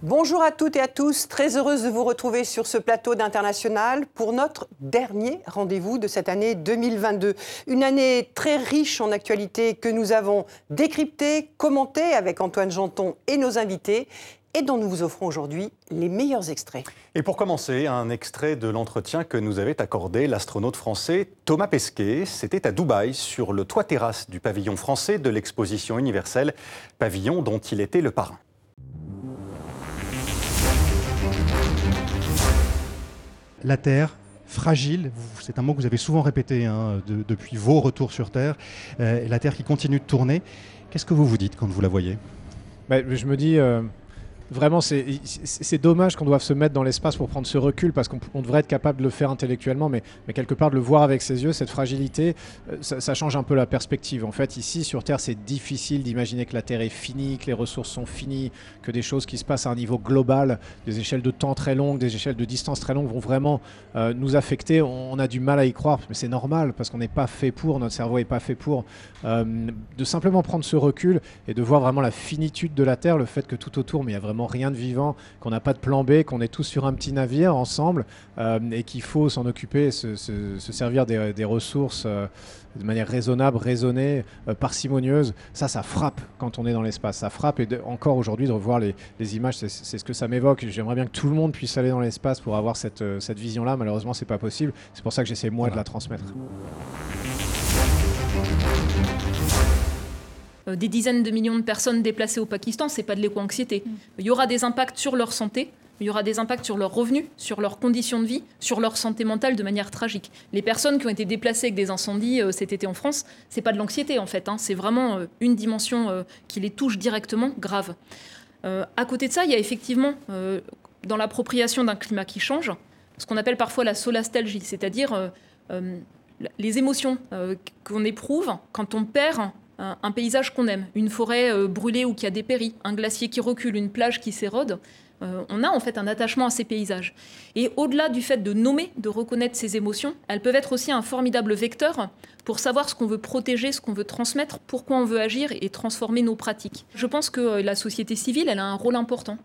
Bonjour à toutes et à tous, très heureuse de vous retrouver sur ce plateau d'International pour notre dernier rendez-vous de cette année 2022. Une année très riche en actualités que nous avons décryptée, commentée avec Antoine Janton et nos invités et dont nous vous offrons aujourd'hui les meilleurs extraits. Et pour commencer, un extrait de l'entretien que nous avait accordé l'astronaute français Thomas Pesquet. C'était à Dubaï, sur le toit-terrasse du pavillon français de l'exposition universelle, pavillon dont il était le parrain. La Terre, fragile, c'est un mot que vous avez souvent répété depuis vos retours sur Terre, la Terre qui continue de tourner. Qu'est-ce que vous vous dites quand vous la voyez ? Je me dis, vraiment, c'est dommage qu'on doive se mettre dans l'espace pour prendre ce recul, parce qu'on devrait être capable de le faire intellectuellement, mais quelque part de le voir avec ses yeux, cette fragilité, ça change un peu la perspective. En fait, ici, sur Terre, c'est difficile d'imaginer que la Terre est finie, que les ressources sont finies, que des choses qui se passent à un niveau global, des échelles de temps très longues, des échelles de distance très longues vont vraiment nous affecter. On a du mal à y croire, mais c'est normal, parce qu'on n'est pas fait pour, notre cerveau n'est pas fait pour. De simplement prendre ce recul et de voir vraiment la finitude de la Terre, le fait que tout autour, mais il y a vraiment rien de vivant, qu'on n'a pas de plan B, qu'on est tous sur un petit navire ensemble et qu'il faut s'en occuper, se servir des ressources de manière raisonnable, raisonnée, parcimonieuse. Ça frappe quand on est dans l'espace. Ça frappe, et encore aujourd'hui, de revoir les images, c'est ce que ça m'évoque. J'aimerais bien que tout le monde puisse aller dans l'espace pour avoir cette vision-là. Malheureusement, c'est pas possible. C'est pour ça que j'essaie, moi, de la transmettre. Des dizaines de millions de personnes déplacées au Pakistan, c'est pas de l'éco-anxiété. Il y aura des impacts sur leur santé, il y aura des impacts sur leurs revenus, sur leurs conditions de vie, sur leur santé mentale de manière tragique. Les personnes qui ont été déplacées avec des incendies cet été en France, c'est pas de l'anxiété en fait, c'est vraiment une dimension qui les touche directement, grave. À côté de ça, il y a effectivement, dans l'appropriation d'un climat qui change, ce qu'on appelle parfois la solastalgie, c'est-à-dire les émotions qu'on éprouve quand on perd un paysage qu'on aime, une forêt brûlée ou qui a dépéri, un glacier qui recule, une plage qui s'érode. On a en fait un attachement à ces paysages. Et au-delà du fait de nommer, de reconnaître ces émotions, elles peuvent être aussi un formidable vecteur pour savoir ce qu'on veut protéger, ce qu'on veut transmettre, pourquoi on veut agir et transformer nos pratiques. Je pense que la société civile, elle a un rôle important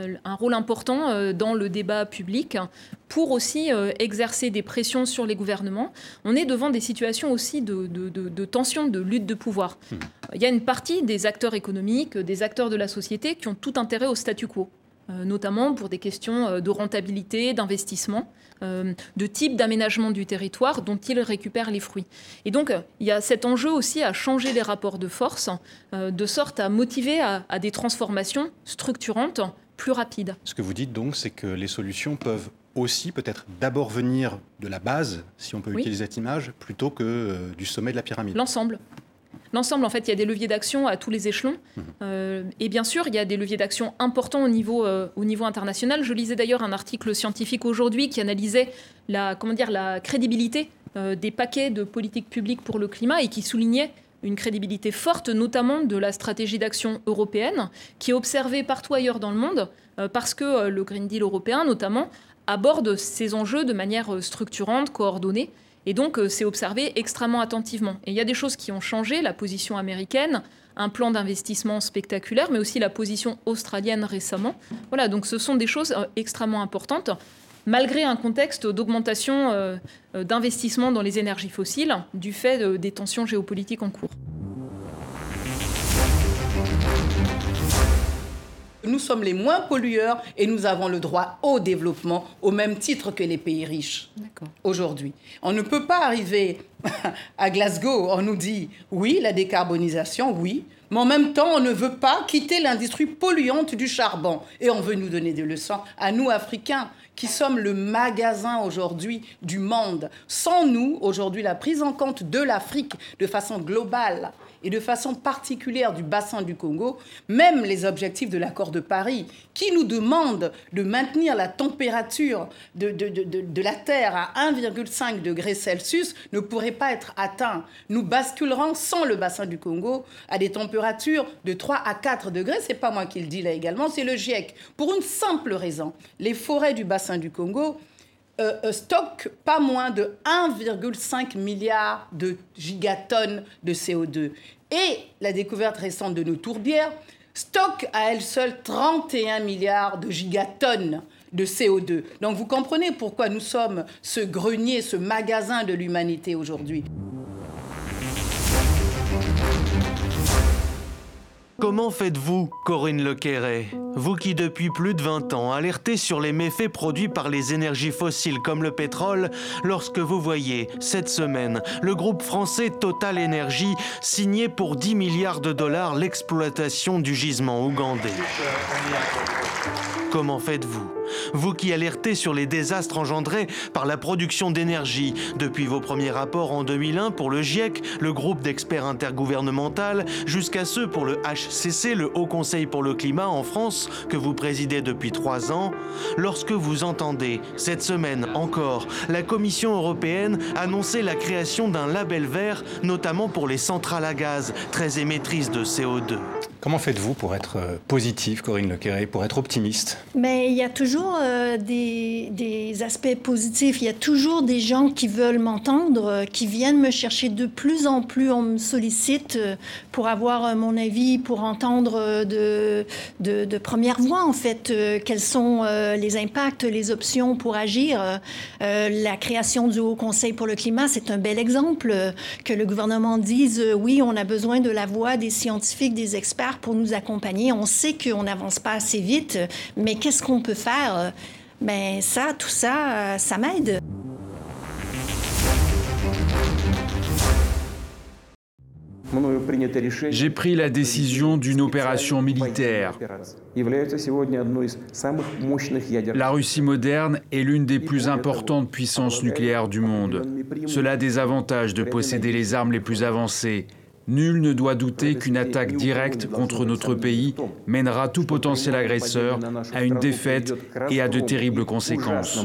dans le débat public pour aussi exercer des pressions sur les gouvernements. On est devant des situations aussi de tension, de lutte de pouvoir. Il y a une partie des acteurs économiques, des acteurs de la société qui ont tout intérêt au statu quo, notamment pour des questions de rentabilité, d'investissement, de type d'aménagement du territoire dont ils récupèrent les fruits. Et donc, il y a cet enjeu aussi à changer les rapports de force, de sorte à motiver à des transformations structurantes plus rapides. Ce que vous dites donc, c'est que les solutions peuvent aussi peut-être d'abord venir de la base, si on peut utiliser cette image, plutôt que du sommet de la pyramide. L'ensemble, en fait, il y a des leviers d'action à tous les échelons. Et bien sûr, il y a des leviers d'action importants au niveau international. Je lisais d'ailleurs un article scientifique aujourd'hui qui analysait la crédibilité des paquets de politiques publiques pour le climat et qui soulignait une crédibilité forte, notamment de la stratégie d'action européenne, qui est observée partout ailleurs dans le monde, parce que le Green Deal européen, notamment, aborde ces enjeux de manière structurante, coordonnée. Et donc, c'est observé extrêmement attentivement. Et il y a des choses qui ont changé, la position américaine, un plan d'investissement spectaculaire, mais aussi la position australienne récemment. Voilà, donc ce sont des choses extrêmement importantes, malgré un contexte d'augmentation d'investissement dans les énergies fossiles, du fait des tensions géopolitiques en cours. Nous sommes les moins pollueurs et nous avons le droit au développement au même titre que les pays riches aujourd'hui. On ne peut pas arriver à Glasgow, on nous dit oui, la décarbonisation, oui, mais en même temps, on ne veut pas quitter l'industrie polluante du charbon. Et on veut nous donner des leçons à nous, Africains, qui sommes le magasin aujourd'hui du monde. Sans nous, aujourd'hui, la prise en compte de l'Afrique de façon globale et de façon particulière du bassin du Congo, même les objectifs de l'accord de Paris, qui nous demandent de maintenir la température de la Terre à 1,5 degré Celsius, ne pourraient pas être atteints. Nous basculerons sans le bassin du Congo à des températures de 3 à 4 degrés. C'est pas moi qui le dis là également, c'est le GIEC. Pour une simple raison, les forêts du bassin du Congo stockent pas moins de 1,5 milliard de gigatonnes de CO2. Et la découverte récente de nos tourbières stocke à elle seule 31 milliards de gigatonnes de CO2. Donc vous comprenez pourquoi nous sommes ce grenier, ce magasin de l'humanité aujourd'hui. Comment faites-vous, Corinne Lecqueret? Vous qui, depuis plus de 20 ans, alertez sur les méfaits produits par les énergies fossiles comme le pétrole, lorsque vous voyez, cette semaine, le groupe français Total Energy signer pour 10 milliards de dollars l'exploitation du gisement ougandais. Comment faites-vous? Vous qui alertez sur les désastres engendrés par la production d'énergie, depuis vos premiers rapports en 2001 pour le GIEC, le groupe d'experts intergouvernemental, jusqu'à ceux pour le HCC, le Haut Conseil pour le climat en France, que vous présidez depuis 3 ans, lorsque vous entendez, cette semaine encore, la Commission européenne annoncer la création d'un label vert, notamment pour les centrales à gaz, très émettrices de CO2. Comment faites-vous pour être positive, Corinne Lecqueret, pour être optimiste? Mais il y a toujours des aspects positifs. Il y a toujours des gens qui veulent m'entendre, qui viennent me chercher de plus en plus. On me sollicite pour avoir mon avis, pour entendre de première voix, en fait, quels sont les impacts, les options pour agir. La création du Haut Conseil pour le climat, c'est un bel exemple. Que le gouvernement dise, oui, on a besoin de la voix des scientifiques, des experts pour nous accompagner. On sait qu'on n'avance pas assez vite, mais qu'est-ce qu'on peut faire? Mais ça, tout ça, ça m'aide. J'ai pris la décision d'une opération militaire. La Russie moderne est l'une des plus importantes puissances nucléaires du monde. Cela a des avantages de posséder les armes les plus avancées. Nul ne doit douter qu'une attaque directe contre notre pays mènera tout potentiel agresseur à une défaite et à de terribles conséquences.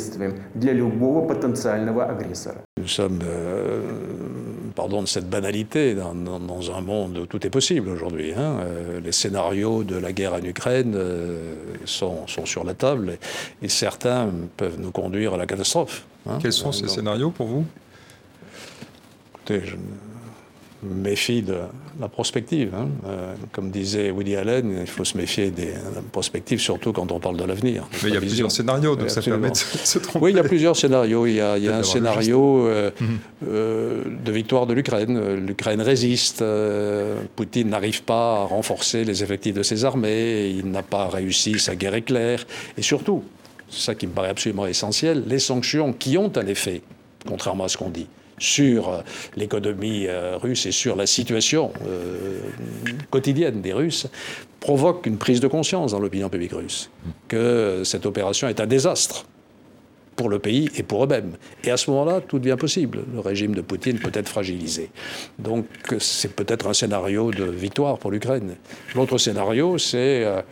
Nous sommes, pardon de cette banalité, dans un monde où tout est possible aujourd'hui. Les scénarios de la guerre en Ukraine sont sur la table et certains peuvent nous conduire à la catastrophe. Quels sont ces scénarios pour vous? Écoutez, je me méfie de la prospective. Comme disait Woody Allen, il faut se méfier des prospectives, surtout quand on parle de l'avenir. Mais il y a plusieurs scénarios, donc ça permet de se tromper. Oui, il y a plusieurs scénarios. Il y a un scénario de victoire de l'Ukraine. L'Ukraine résiste. Poutine n'arrive pas à renforcer les effectifs de ses armées. Il n'a pas réussi sa guerre éclair. Et surtout, c'est ça qui me paraît absolument essentiel, les sanctions qui ont un effet, contrairement à ce qu'on dit, sur l'économie russe et sur la situation quotidienne des Russes, provoque une prise de conscience dans l'opinion publique russe que cette opération est un désastre pour le pays et pour eux-mêmes. Et à ce moment-là, tout devient possible. Le régime de Poutine peut être fragilisé. Donc c'est peut-être un scénario de victoire pour l'Ukraine. L'autre scénario, c'est un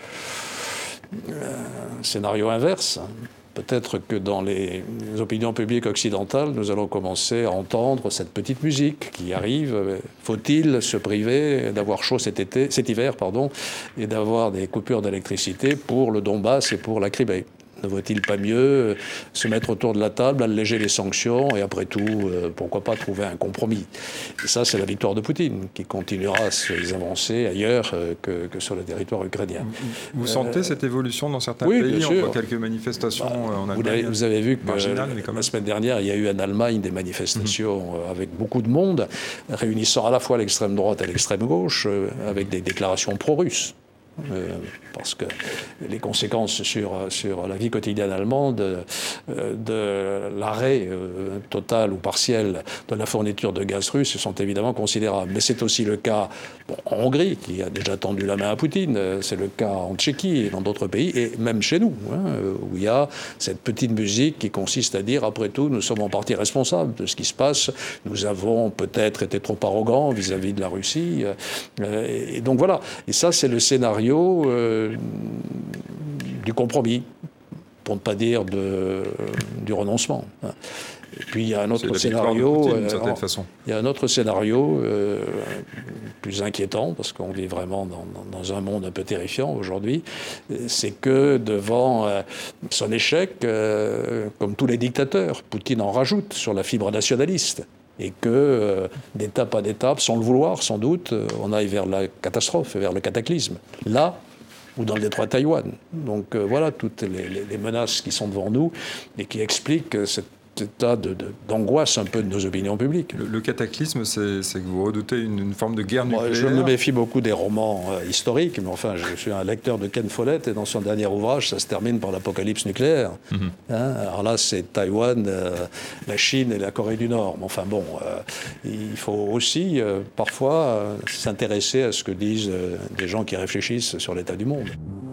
scénario inverse. Peut-être que dans les opinions publiques occidentales, nous allons commencer à entendre cette petite musique qui arrive. Faut-il se priver d'avoir chaud cet hiver, et d'avoir des coupures d'électricité pour le Donbass et pour la Crimée? Ne vaut-il pas mieux se mettre autour de la table, alléger les sanctions et après tout, pourquoi pas trouver un compromis? Et ça, c'est la victoire de Poutine qui continuera ses avancées ailleurs que sur le territoire ukrainien. Vous sentez cette évolution dans certains pays? On voit quelques manifestations en Allemagne. Vous avez vu que la semaine dernière, il y a eu en Allemagne des manifestations avec beaucoup de monde, réunissant à la fois l'extrême droite et l'extrême gauche, avec des déclarations pro-russes. Parce que les conséquences sur la vie quotidienne allemande de l'arrêt total ou partiel de la fourniture de gaz russe sont évidemment considérables. Mais c'est aussi le cas en Hongrie, qui a déjà tendu la main à Poutine, c'est le cas en Tchéquie et dans d'autres pays, et même chez nous, où il y a cette petite musique qui consiste à dire, après tout, nous sommes en partie responsables de ce qui se passe, nous avons peut-être été trop arrogants vis-à-vis de la Russie, et donc voilà. Et ça, c'est le scénario du compromis, pour ne pas dire du renoncement. Et puis il y a un autre scénario, il y a un autre scénario plus inquiétant, parce qu'on vit vraiment dans un monde un peu terrifiant aujourd'hui, c'est que devant son échec, comme tous les dictateurs, Poutine en rajoute sur la fibre nationaliste. et que, d'étape en étape, sans le vouloir sans doute, on aille vers la catastrophe, vers le cataclysme. Là, ou dans le détroit de Taïwan. Donc voilà toutes les menaces qui sont devant nous et qui expliquent cet état d'angoisse un peu de nos opinions publiques. Le cataclysme, c'est que vous redoutez une forme de guerre nucléaire. Je me méfie beaucoup des romans historiques, mais enfin, je suis un lecteur de Ken Follett, et dans son dernier ouvrage, ça se termine par l'apocalypse nucléaire. Alors là, c'est Taïwan, la Chine et la Corée du Nord. Mais enfin bon, il faut aussi parfois s'intéresser à ce que disent des gens qui réfléchissent sur l'état du monde.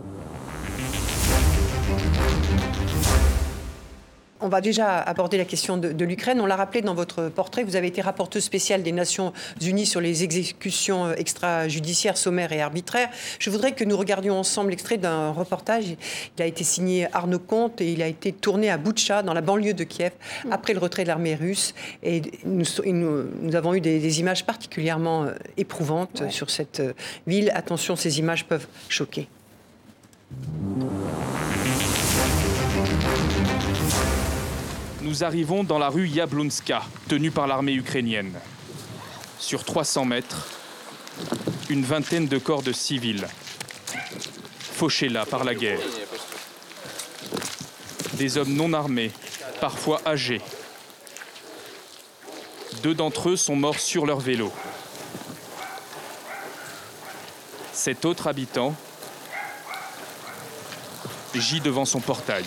On va déjà aborder la question de l'Ukraine. On l'a rappelé dans votre portrait, vous avez été rapporteuse spéciale des Nations Unies sur les exécutions extrajudiciaires, sommaires et arbitraires. Je voudrais que nous regardions ensemble l'extrait d'un reportage. Il a été signé Arnaud Comte et il a été tourné à Boutcha, dans la banlieue de Kiev, après le retrait de l'armée russe. Et nous avons eu des images particulièrement éprouvantes sur cette ville. Attention, ces images peuvent choquer. Nous arrivons dans la rue Yablonska, tenue par l'armée ukrainienne. Sur 300 mètres, une vingtaine de corps de civils, fauchés là par la guerre. Des hommes non armés, parfois âgés. 2 d'entre eux sont morts sur leur vélo. 7 autres habitants gît devant son portail.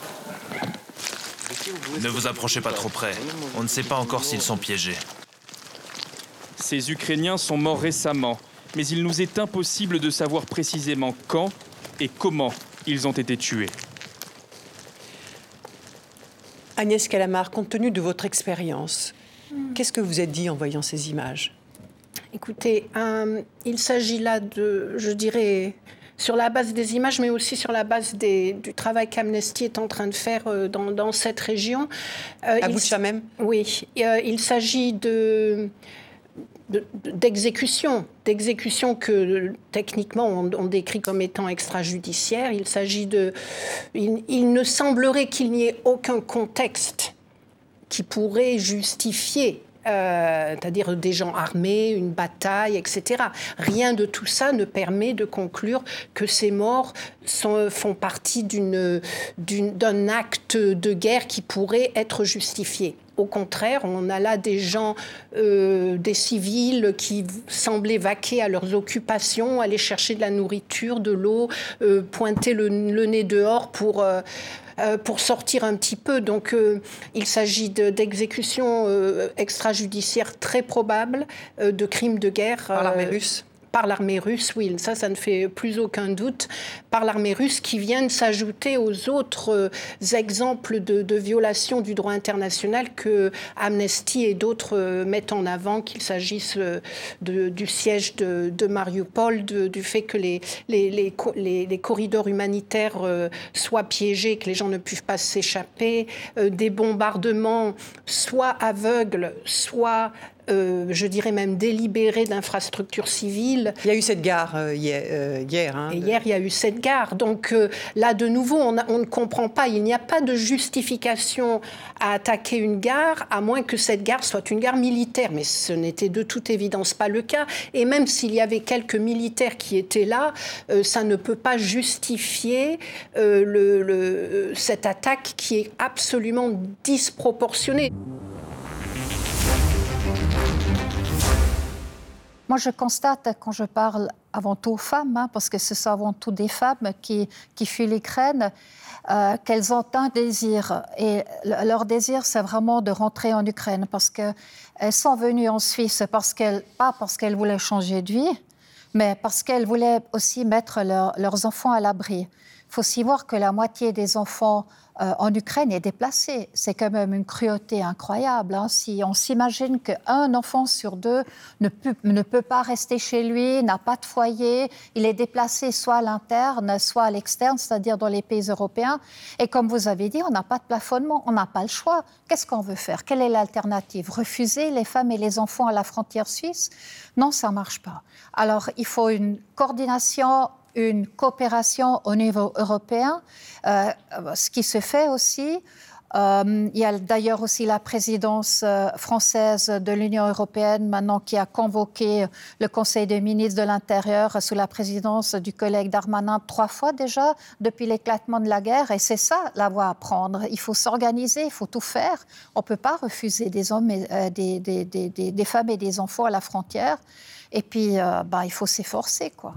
Ne vous approchez pas trop près. On ne sait pas encore s'ils sont piégés. Ces Ukrainiens sont morts récemment, mais il nous est impossible de savoir précisément quand et comment ils ont été tués. Agnès Callamard, compte tenu de votre expérience, qu'est-ce que vous êtes dit en voyant ces images ? Écoutez, il s'agit là de, je dirais, sur la base des images, mais aussi sur la base du travail qu'Amnesty est en train de faire dans cette région. À Boutcha même ? Oui, il s'agit d'exécutions que techniquement on décrit comme étant extrajudiciaires. Il s'agit il ne semblerait qu'il n'y ait aucun contexte qui pourrait justifier c'est-à-dire des gens armés, une bataille, etc. Rien de tout ça ne permet de conclure que ces morts font partie d'un acte de guerre qui pourrait être justifié. Au contraire, on a là des gens, des civils qui semblaient vaquer à leurs occupations, aller chercher de la nourriture, de l'eau, pointer le nez dehors pour sortir un petit peu. Donc, il s'agit d'exécutions extrajudiciaires très probables, de crimes de guerre. Par l'armée russe ? Par l'armée russe, oui, ça ne fait plus aucun doute, par l'armée russe qui viennent s'ajouter aux autres exemples de violations du droit international que Amnesty et d'autres mettent en avant, qu'il s'agisse du siège de Mariupol, du fait que les corridors humanitaires soient piégés, que les gens ne puissent pas s'échapper, des bombardements soit aveugles, soit je dirais même délibéré d'infrastructures civiles. Il y a eu cette gare hier. Et hier, il y a eu cette gare. Donc là, de nouveau, on ne comprend pas. Il n'y a pas de justification à attaquer une gare, à moins que cette gare soit une gare militaire. Mais ce n'était de toute évidence pas le cas. Et même s'il y avait quelques militaires qui étaient là, ça ne peut pas justifier cette attaque qui est absolument disproportionnée. Moi, je constate, quand je parle avant tout aux femmes, parce que ce sont avant tout des femmes qui fuient l'Ukraine, qu'elles ont un désir. Et leur désir, c'est vraiment de rentrer en Ukraine, parce qu'elles sont venues en Suisse, pas parce qu'elles voulaient changer de vie, mais parce qu'elles voulaient aussi mettre leurs enfants à l'abri. Il faut aussi voir que la moitié des enfants en Ukraine est déplacée. C'est quand même une cruauté incroyable. Si on s'imagine qu'un enfant sur 2 ne peut pas rester chez lui, n'a pas de foyer, il est déplacé soit à l'interne, soit à l'externe, c'est-à-dire dans les pays européens. Et comme vous avez dit, on n'a pas de plafonnement, on n'a pas le choix. Qu'est-ce qu'on veut faire ? Quelle est l'alternative ? Refuser les femmes et les enfants à la frontière suisse ? Non, ça ne marche pas. Alors, il faut une coordination, une coopération au niveau européen, ce qui se fait aussi. Il y a d'ailleurs aussi la présidence française de l'Union européenne maintenant qui a convoqué le Conseil des ministres de l'Intérieur sous la présidence du collègue Darmanin 3 fois déjà depuis l'éclatement de la guerre. Et c'est ça la voie à prendre. Il faut s'organiser, il faut tout faire. On ne peut pas refuser des hommes, des femmes et des enfants à la frontière. Et puis, il faut s'efforcer, quoi.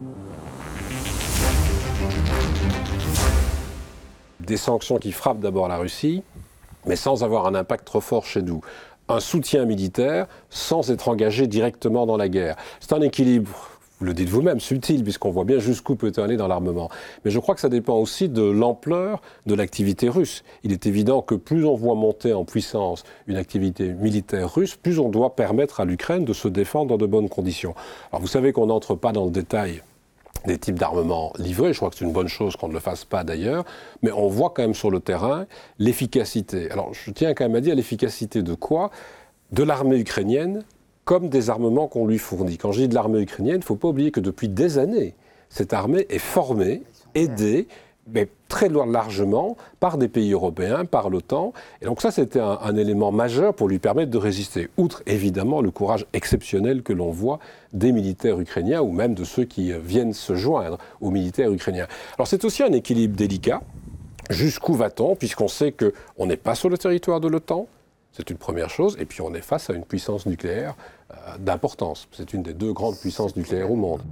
Des sanctions qui frappent d'abord la Russie, mais sans avoir un impact trop fort chez nous. Un soutien militaire sans être engagé directement dans la guerre. C'est un équilibre, vous le dites vous-même, subtil, puisqu'on voit bien jusqu'où peut aller dans l'armement. Mais je crois que ça dépend aussi de l'ampleur de l'activité russe. Il est évident que plus on voit monter en puissance une activité militaire russe, plus on doit permettre à l'Ukraine de se défendre dans de bonnes conditions. Alors vous savez qu'on n'entre pas dans le détail des types d'armements livrés, je crois que c'est une bonne chose qu'on ne le fasse pas d'ailleurs, mais on voit quand même sur le terrain l'efficacité. Alors je tiens quand même à dire l'efficacité de quoi ? De l'armée ukrainienne, comme des armements qu'on lui fournit. Quand je dis de l'armée ukrainienne, il ne faut pas oublier que depuis des années, cette armée est formée, aidée, mais très largement par des pays européens, par l'OTAN. Et donc ça, c'était un élément majeur pour lui permettre de résister. Outre, évidemment, le courage exceptionnel que l'on voit des militaires ukrainiens ou même de ceux qui viennent se joindre aux militaires ukrainiens. Alors c'est aussi un équilibre délicat. Jusqu'où va-t-on, puisqu'on sait qu'on n'est pas sur le territoire de l'OTAN, c'est une première chose, et puis on est face à une puissance nucléaire d'importance. C'est une des 2 grandes puissances nucléaires au monde.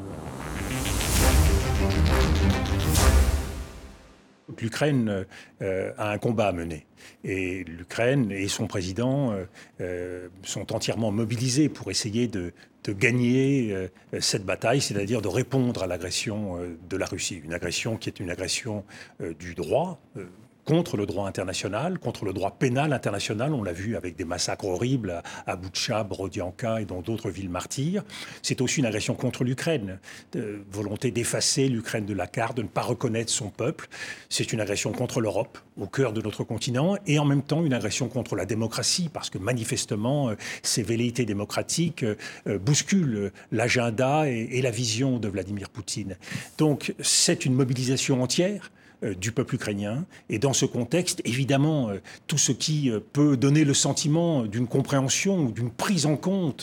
L'Ukraine a un combat à mener. Et l'Ukraine et son président sont entièrement mobilisés pour essayer de gagner cette bataille, c'est-à-dire de répondre à l'agression de la Russie. Une agression qui est une agression du droit, contre le droit international, contre le droit pénal international. On l'a vu avec des massacres horribles à Boutcha, Borodianka et dans d'autres villes martyrs. C'est aussi une agression contre l'Ukraine, volonté d'effacer l'Ukraine de la carte, de ne pas reconnaître son peuple. C'est une agression contre l'Europe, au cœur de notre continent, et en même temps une agression contre la démocratie, parce que manifestement, ces velléités démocratiques bousculent l'agenda et la vision de Vladimir Poutine. Donc c'est une mobilisation entière du peuple ukrainien. Et dans ce contexte, évidemment, tout ce qui peut donner le sentiment d'une compréhension ou d'une prise en compte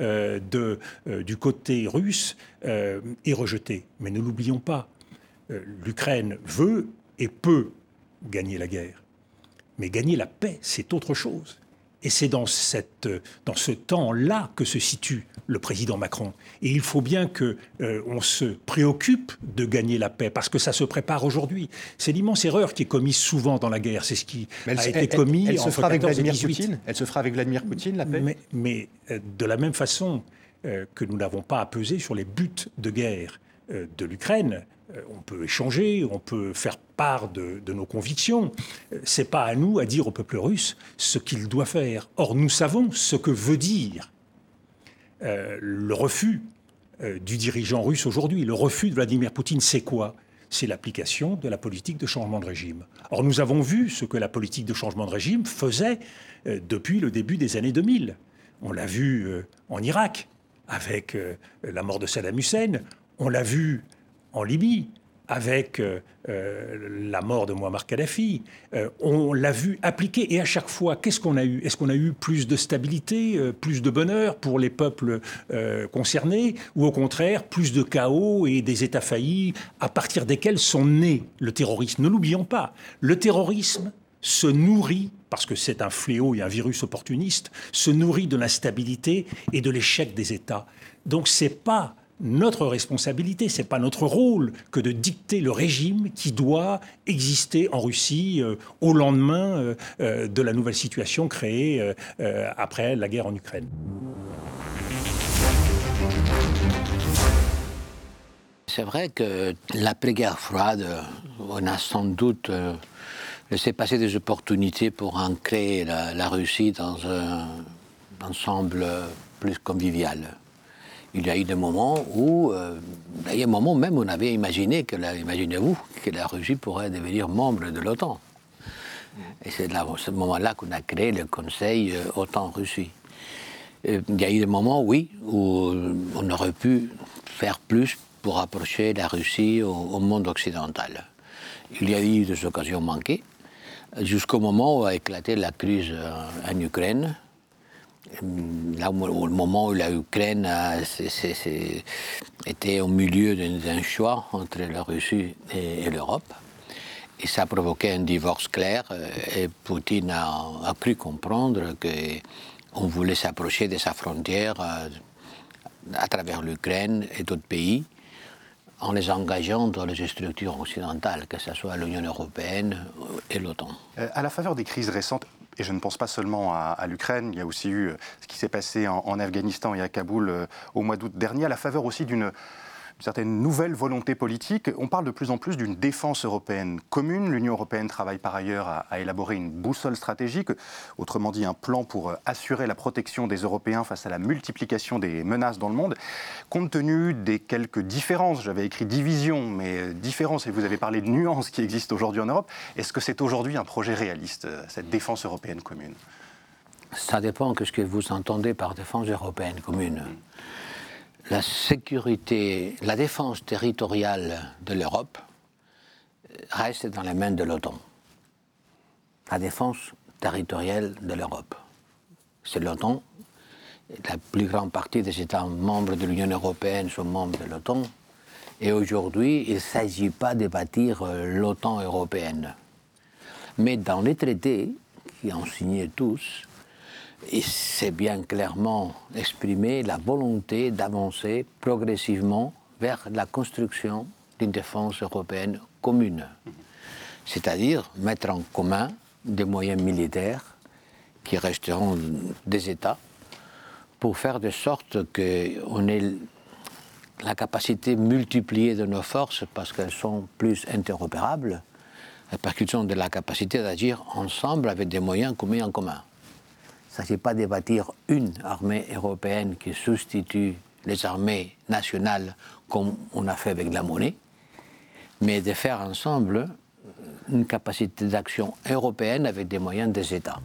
du côté russe est rejeté. Mais ne l'oublions pas, l'Ukraine veut et peut gagner la guerre. Mais gagner la paix, c'est autre chose. Et c'est dans ce temps-là que se situe le président Macron. Et il faut bien qu'on se préoccupe de gagner la paix, parce que ça se prépare aujourd'hui. C'est l'immense erreur qui est commise souvent dans la guerre. C'est ce qui a été commis elle se fera avec Vladimir 18. Poutine. Elle se fera avec Vladimir Poutine, la paix. Mais de la même façon que nous n'avons pas à peser sur les buts de guerre de l'Ukraine, on peut échanger, on peut faire part de nos convictions. C'est pas à nous à dire au peuple russe ce qu'il doit faire. Or, nous savons ce que veut dire le refus du dirigeant russe aujourd'hui. Le refus de Vladimir Poutine, c'est quoi ? C'est l'application de la politique de changement de régime. Or, nous avons vu ce que la politique de changement de régime faisait depuis le début des années 2000. On l'a vu en Irak, avec la mort de Saddam Hussein. On l'a vu en Libye, avec la mort de Muammar Kadhafi. On l'a vu appliquer. Et à chaque fois, qu'est-ce qu'on a eu ? Est-ce qu'on a eu plus de stabilité, plus de bonheur pour les peuples concernés, ou au contraire, plus de chaos et des États faillis à partir desquels sont nés le terrorisme ? Ne l'oublions pas, le terrorisme se nourrit, parce que c'est un fléau et un virus opportuniste, se nourrit de l'instabilité et de l'échec des États. Donc c'est pas notre responsabilité, c'est pas notre rôle que de dicter le régime qui doit exister en Russie au lendemain de la nouvelle situation créée après la guerre en Ukraine. C'est vrai que l'après-guerre froide, on a sans doute laissé passer des opportunités pour ancrer la Russie dans un ensemble plus convivial. Il y a eu des moments où, il y a un moment même où on avait imaginé imaginez-vous, que la Russie pourrait devenir membre de l'OTAN. Et c'est à ce moment-là qu'on a créé le Conseil OTAN-Russie. Il y a eu des moments, oui, où on aurait pu faire plus pour rapprocher la Russie au monde occidental. Il y a eu des occasions manquées. jusqu'au moment où a éclaté la crise en Ukraine. Là, au moment où l'Ukraine était au milieu d'un choix entre la Russie et l'Europe. Et ça a provoqué un divorce clair. Et Poutine a cru comprendre qu'on voulait s'approcher de sa frontière à travers l'Ukraine et d'autres pays, en les engageant dans les structures occidentales, que ce soit l'Union européenne et l'OTAN. À la faveur des crises récentes, et je ne pense pas seulement à l'Ukraine, il y a aussi eu ce qui s'est passé en Afghanistan et à Kaboul au mois d'août dernier, à la faveur aussi d'une certaine nouvelle volonté politique. On parle de plus en plus d'une défense européenne commune. L'Union européenne travaille par ailleurs à élaborer une boussole stratégique, autrement dit un plan pour assurer la protection des Européens face à la multiplication des menaces dans le monde. Compte tenu des quelques différences, j'avais écrit divisions, mais différences, et vous avez parlé de nuances qui existent aujourd'hui en Europe, est-ce que c'est aujourd'hui un projet réaliste, cette défense européenne commune? Ça dépend de ce que vous entendez par défense européenne commune. La sécurité, la défense territoriale de l'Europe reste dans les mains de l'OTAN. La défense territoriale de l'Europe. C'est l'OTAN. La plus grande partie des États membres de l'Union européenne sont membres de l'OTAN. Et aujourd'hui, il ne s'agit pas de bâtir l'OTAN européenne. Mais dans les traités, qui ont signé tous, et c'est bien clairement exprimé la volonté d'avancer progressivement vers la construction d'une défense européenne commune. C'est-à-dire mettre en commun des moyens militaires qui resteront des États pour faire de sorte qu'on ait la capacité multipliée de nos forces parce qu'elles sont plus interopérables, parce qu'ils ont de la capacité d'agir ensemble avec des moyens mis en commun. Il ne s'agit pas de bâtir une armée européenne qui substitue les armées nationales comme on a fait avec la monnaie, mais de faire ensemble une capacité d'action européenne avec des moyens des États.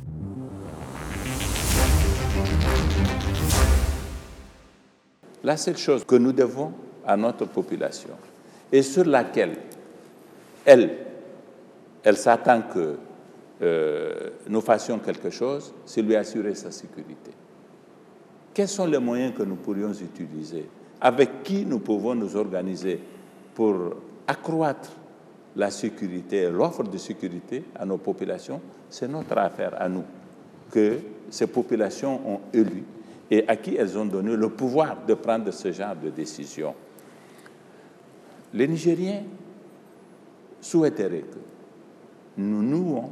La seule chose que nous devons à notre population et sur laquelle elle s'attend que nous fassions quelque chose, c'est lui assurer sa sécurité. Quels sont les moyens que nous pourrions utiliser? Avec qui nous pouvons nous organiser pour accroître la sécurité et l'offre de sécurité à nos populations? C'est notre affaire à nous, que ces populations ont élu et à qui elles ont donné le pouvoir de prendre ce genre de décision. Les Nigériens souhaiteraient que nous nouons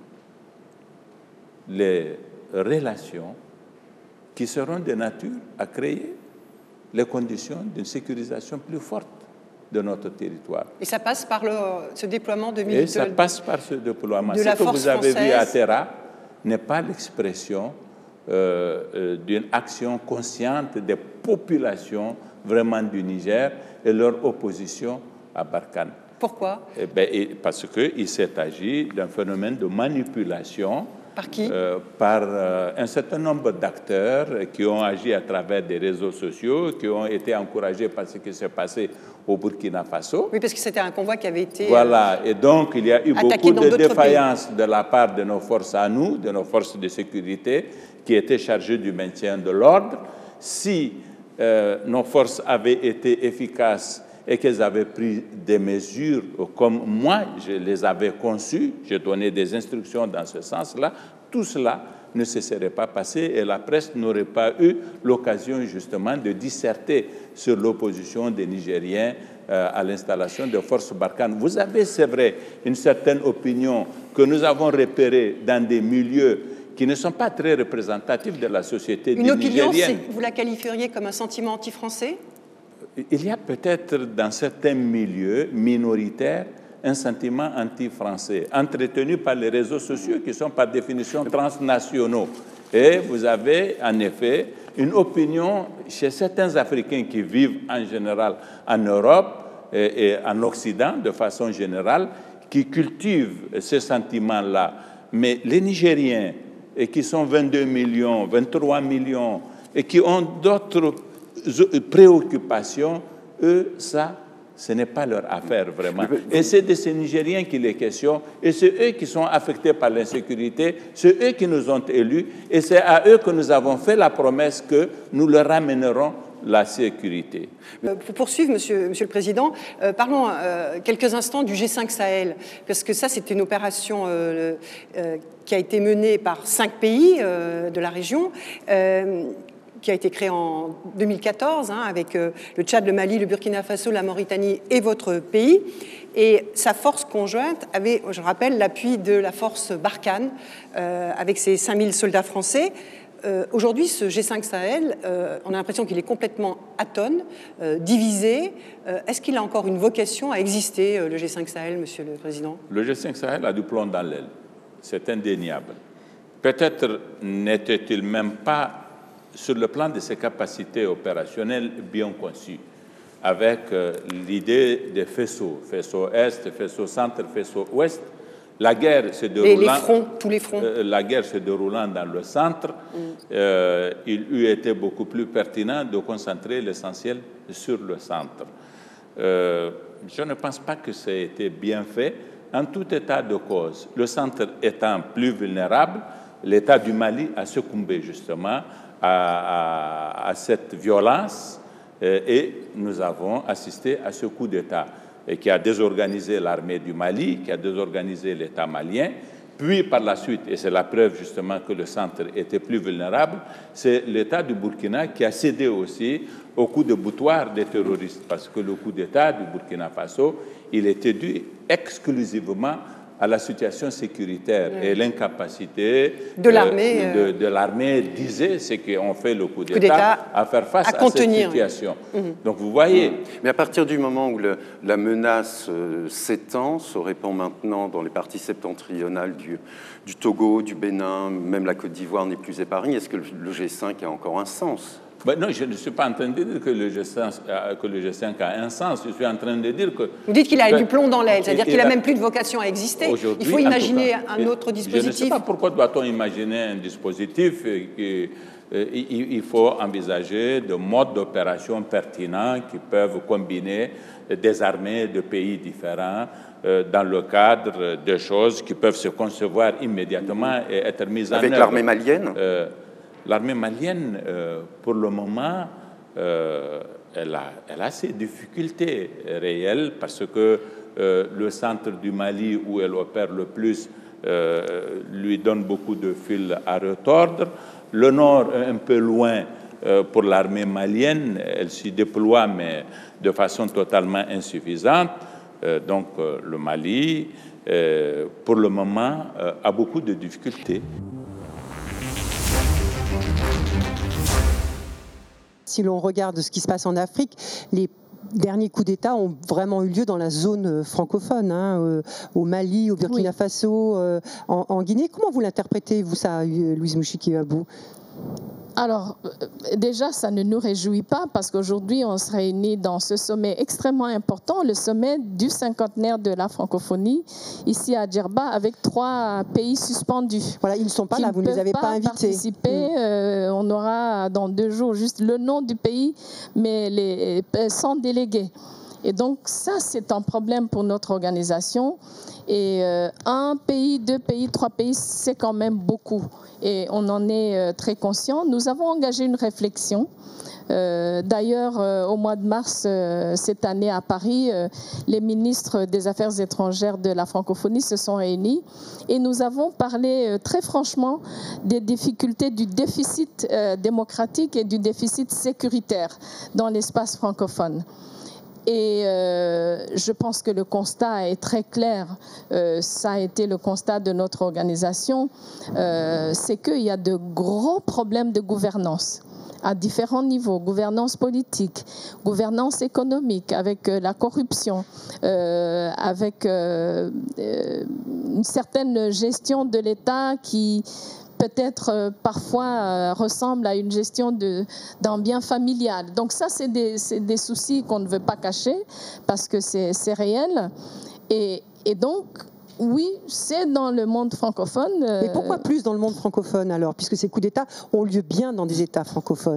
les relations qui seront de nature à créer les conditions d'une sécurisation plus forte de notre territoire. Et ça passe par ce déploiement de militaires. Et ça passe par ce déploiement. Ce que vous avez vu à Terra n'est pas l'expression d'une action consciente des populations vraiment du Niger et leur opposition à Barkhane. Pourquoi? Parce qu'il s'est agi d'un phénomène de manipulation. Par qui? Par un certain nombre d'acteurs qui ont agi à travers des réseaux sociaux, qui ont été encouragés par ce qui s'est passé au Burkina Faso. Oui, parce que c'était un convoi qui avait été voilà, et donc il y a eu beaucoup de défaillances de la part de nos forces à nous, de nos forces de sécurité, qui étaient chargées du maintien de l'ordre. Si nos forces avaient été efficaces et qu'elles avaient pris des mesures comme moi, je les avais conçues, j'ai donné des instructions dans ce sens-là, tout cela ne se serait pas passé et la presse n'aurait pas eu l'occasion justement de disserter sur l'opposition des Nigériens à l'installation de forces Barkhane. Vous avez, c'est vrai, une certaine opinion que nous avons repérée dans des milieux qui ne sont pas très représentatifs de la société nigérienne. Une opinion, vous la qualifieriez comme un sentiment anti-français ? Il y a peut-être dans certains milieux minoritaires un sentiment anti-français, entretenu par les réseaux sociaux qui sont par définition transnationaux. Et vous avez en effet une opinion chez certains Africains qui vivent en général en Europe et en Occident de façon générale, qui cultivent ce sentiment-là. Mais les Nigériens, et qui sont 22 millions, 23 millions, et qui ont d'autres préoccupations, eux, ça ce n'est pas leur affaire vraiment. Et c'est de ces Nigériens qu'il est question, et c'est eux qui sont affectés par l'insécurité, c'est eux qui nous ont élus, et c'est à eux que nous avons fait la promesse que nous leur ramènerons la sécurité. Pour poursuivre, Monsieur le Président, parlons quelques instants du G5 Sahel, parce que ça, c'était une opération qui a été menée par 5 pays de la région, qui a été créée en 2014, avec le Tchad, le Mali, le Burkina Faso, la Mauritanie et votre pays. Et sa force conjointe avait, je rappelle, l'appui de la force Barkhane, avec ses 5000 soldats français. Aujourd'hui, ce G5 Sahel, on a l'impression qu'il est complètement atone, divisé. Est-ce qu'il a encore une vocation à exister, le G5 Sahel, Monsieur le Président? Le G5 Sahel a du plomb dans l'aile, c'est indéniable. Peut-être n'était-il même pas, sur le plan de ses capacités opérationnelles, bien conçu, avec l'idée des faisceaux, faisceau Est, faisceau Centre, faisceau Ouest. La guerre se déroulant, tous les fronts. La guerre se déroulant dans le centre, il eût été beaucoup plus pertinent de concentrer l'essentiel sur le centre. Je ne pense pas que ça ait été bien fait. En tout état de cause, le centre étant plus vulnérable, l'État du Mali a succombé justement à cette violence et nous avons assisté à ce coup d'État et qui a désorganisé l'armée du Mali, qui a désorganisé l'État malien. Puis, par la suite, et c'est la preuve justement que le centre était plus vulnérable, c'est l'État du Burkina qui a cédé aussi au coup de boutoir des terroristes, parce que le coup d'État du Burkina Faso, il était dû exclusivement à la situation sécuritaire et l'incapacité de l'armée. De l'armée disait ce qu'on fait le coup d'État à faire face à cette situation. Donc vous voyez. Mais à partir du moment où la menace s'étend, se répand maintenant dans les parties septentrionales du Togo, du Bénin, même la Côte d'Ivoire n'est plus épargnée, est-ce que le G5 a encore un sens? Ben non, je ne suis pas en train de dire que le G5 a un sens. Je suis en train de dire que... Vous dites qu'il a du plomb dans l'aile, c'est-à-dire qu'il n'a même plus de vocation à exister. Il faut imaginer un autre dispositif. Je ne sais pas pourquoi doit-on imaginer un dispositif. Il faut envisager de modes d'opération pertinents qui peuvent combiner des armées de pays différents dans le cadre de choses qui peuvent se concevoir immédiatement et être mises en œuvre. Avec l'armée malienne L'armée malienne, pour le moment, elle a ses difficultés réelles parce que le centre du Mali, où elle opère le plus, lui donne beaucoup de fil à retordre. Le nord, un peu loin pour l'armée malienne, elle s'y déploie, mais de façon totalement insuffisante. Donc le Mali, pour le moment, a beaucoup de difficultés. Si l'on regarde ce qui se passe en Afrique, les derniers coups d'État ont vraiment eu lieu dans la zone francophone, au Mali, au Burkina Faso, en Guinée. Comment vous l'interprétez, vous, ça, Louise Mouchiki-Abou ? Alors, déjà, ça ne nous réjouit pas parce qu'aujourd'hui, on se réunit dans ce sommet extrêmement important, le sommet du cinquantenaire de la francophonie, ici à Djerba, avec 3 pays suspendus. Voilà, ils ne sont pas là, vous ne les avez pas invités. On aura dans 2 jours juste le nom du pays, mais sans délégués. Et donc ça, c'est un problème pour notre organisation. Et 1 pays, 2 pays, 3 pays, c'est quand même beaucoup. Et on en est très conscient. Nous avons engagé une réflexion. D'ailleurs, au mois de mars cette année à Paris, les ministres des Affaires étrangères de la francophonie se sont réunis et nous avons parlé très franchement des difficultés du déficit démocratique et du déficit sécuritaire dans l'espace francophone. Et je pense que le constat est très clair. Ça a été le constat de notre organisation. C'est qu'il y a de gros problèmes de gouvernance à différents niveaux, gouvernance politique, gouvernance économique, avec la corruption, avec une certaine gestion de l'État qui peut-être parfois ressemble à une gestion d'un bien familial. Donc ça, c'est des soucis qu'on ne veut pas cacher parce que c'est réel. Et donc, oui, c'est dans le monde francophone. Mais pourquoi plus dans le monde francophone alors, puisque ces coups d'État ont lieu bien dans des États francophones ?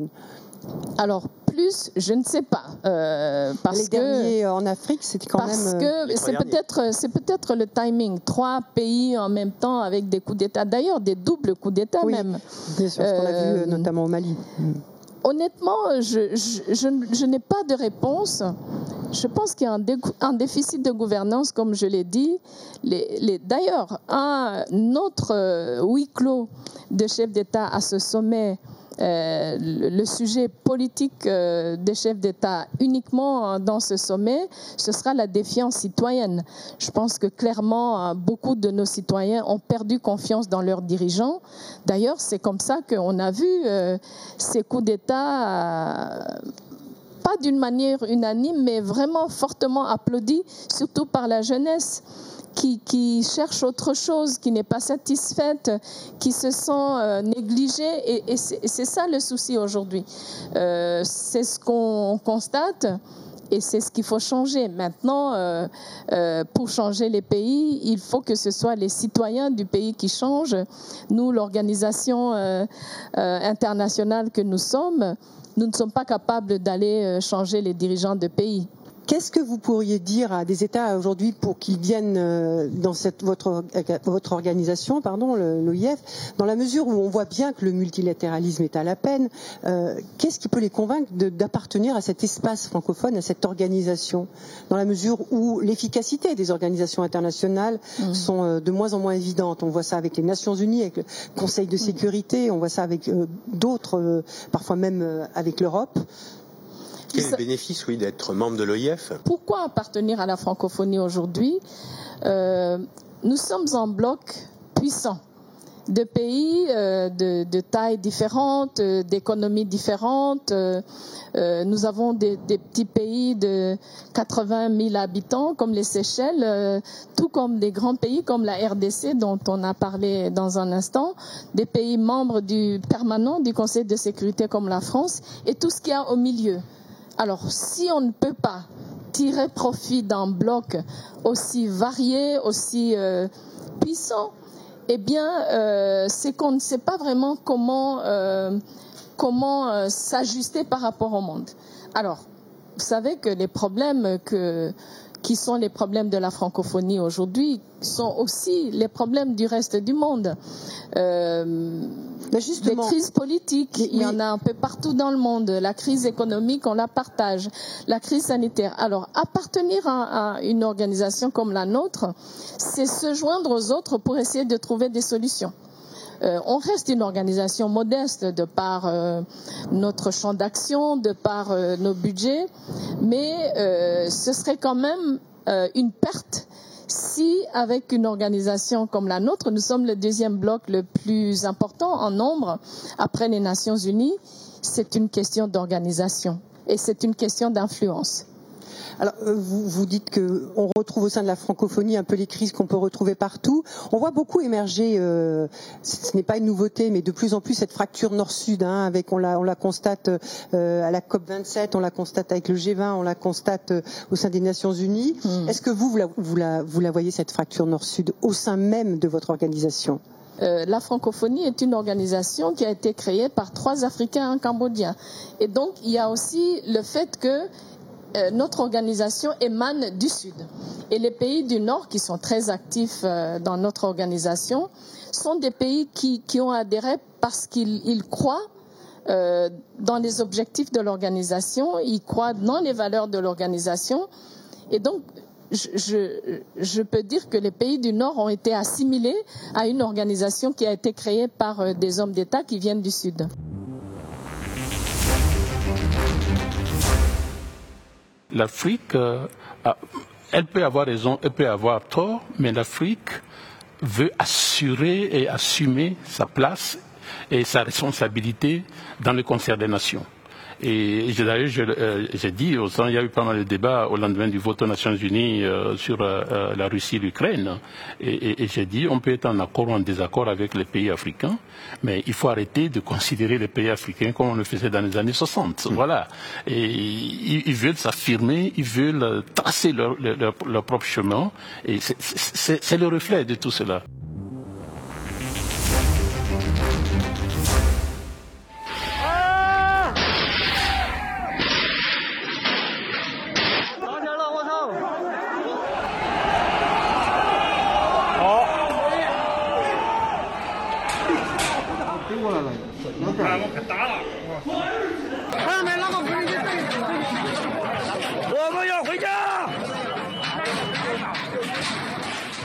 Alors, plus, je ne sais pas. Parce les derniers en Afrique, c'était quand parce même... que c'est peut-être le timing. 3 pays en même temps avec des coups d'État. D'ailleurs, des doubles coups d'État même. Bien sûr, ce qu'on a vu notamment au Mali. Honnêtement, je n'ai pas de réponse. Je pense qu'il y a un déficit de gouvernance, comme je l'ai dit. D'ailleurs, un autre huis clos de chefs d'État à ce sommet, le sujet politique des chefs d'État uniquement dans ce sommet, ce sera la défiance citoyenne. Je pense que clairement, beaucoup de nos citoyens ont perdu confiance dans leurs dirigeants. D'ailleurs, c'est comme ça qu'on a vu ces coups d'État... pas d'une manière unanime, mais vraiment fortement applaudi, surtout par la jeunesse qui cherche autre chose, qui n'est pas satisfaite, qui se sent négligée. Et c'est ça le souci aujourd'hui. C'est ce qu'on constate et c'est ce qu'il faut changer. Maintenant, pour changer les pays, il faut que ce soit les citoyens du pays qui changent. Nous, l'organisation internationale que nous sommes, nous ne sommes pas capables d'aller changer les dirigeants de pays. Qu'est-ce que vous pourriez dire à des États aujourd'hui pour qu'ils viennent dans votre organisation, l'OIF, dans la mesure où on voit bien que le multilatéralisme est à la peine? Qu'est-ce qui peut les convaincre d'appartenir à cet espace francophone, à cette organisation, dans la mesure où l'efficacité des organisations internationales sont de moins en moins évidentes? On voit ça avec les Nations Unies, avec le Conseil de sécurité, on voit ça avec d'autres, parfois même avec l'Europe. Quel est le bénéfice, d'être membre de l'OIF? Pourquoi appartenir à la francophonie aujourd'hui? Nous sommes un bloc puissant de pays de tailles différentes, d'économies différentes. Nous avons des petits pays de 80 000 habitants comme les Seychelles, tout comme des grands pays comme la RDC dont on a parlé dans un instant, des pays membres permanents du Conseil de sécurité comme la France et tout ce qu'il y a au milieu. Alors, si on ne peut pas tirer profit d'un bloc aussi varié, aussi puissant, eh bien, c'est qu'on ne sait pas vraiment comment s'ajuster par rapport au monde. Alors, vous savez que les problèmes qui sont les problèmes de la francophonie aujourd'hui sont aussi les problèmes du reste du monde. Des crises politiques, il y en a un peu partout dans le monde. La crise économique, on la partage. La crise sanitaire. Alors, appartenir à une organisation comme la nôtre, c'est se joindre aux autres pour essayer de trouver des solutions. On reste une organisation modeste de par notre champ d'action, de par nos budgets, mais ce serait quand même une perte si, avec une organisation comme la nôtre, nous sommes le deuxième bloc le plus important en nombre après les Nations Unies, c'est une question d'organisation et c'est une question d'influence. Alors, vous dites qu'on retrouve au sein de la francophonie un peu les crises qu'on peut retrouver partout. On voit beaucoup émerger, ce n'est pas une nouveauté, mais de plus en plus cette fracture nord-sud. On la constate à la COP27, on la constate avec le G20, on la constate au sein des Nations Unies. Est-ce que vous la voyez, cette fracture nord-sud, au sein même de votre organisation? La francophonie est une organisation qui a été créée par 3 Africains et un Cambodgien. Et donc, il y a aussi le fait que notre organisation émane du Sud. Et les pays du Nord, qui sont très actifs dans notre organisation, sont des pays qui ont adhéré parce qu'ils croient dans les objectifs de l'organisation, ils croient dans les valeurs de l'organisation. Et donc, je peux dire que les pays du Nord ont été assimilés à une organisation qui a été créée par des hommes d'État qui viennent du Sud. L'Afrique, elle peut avoir raison, elle peut avoir tort, mais l'Afrique veut assurer et assumer sa place et sa responsabilité dans le concert des nations. Et d'ailleurs, j'ai dit, il y a eu pas mal de débats au lendemain du vote aux Nations Unies sur la Russie et l'Ukraine. Et j'ai dit, on peut être en accord ou en désaccord avec les pays africains, mais il faut arrêter de considérer les pays africains comme on le faisait dans les années 60. Voilà. Et ils veulent s'affirmer, ils veulent tracer leur propre chemin. Et c'est le reflet de tout cela.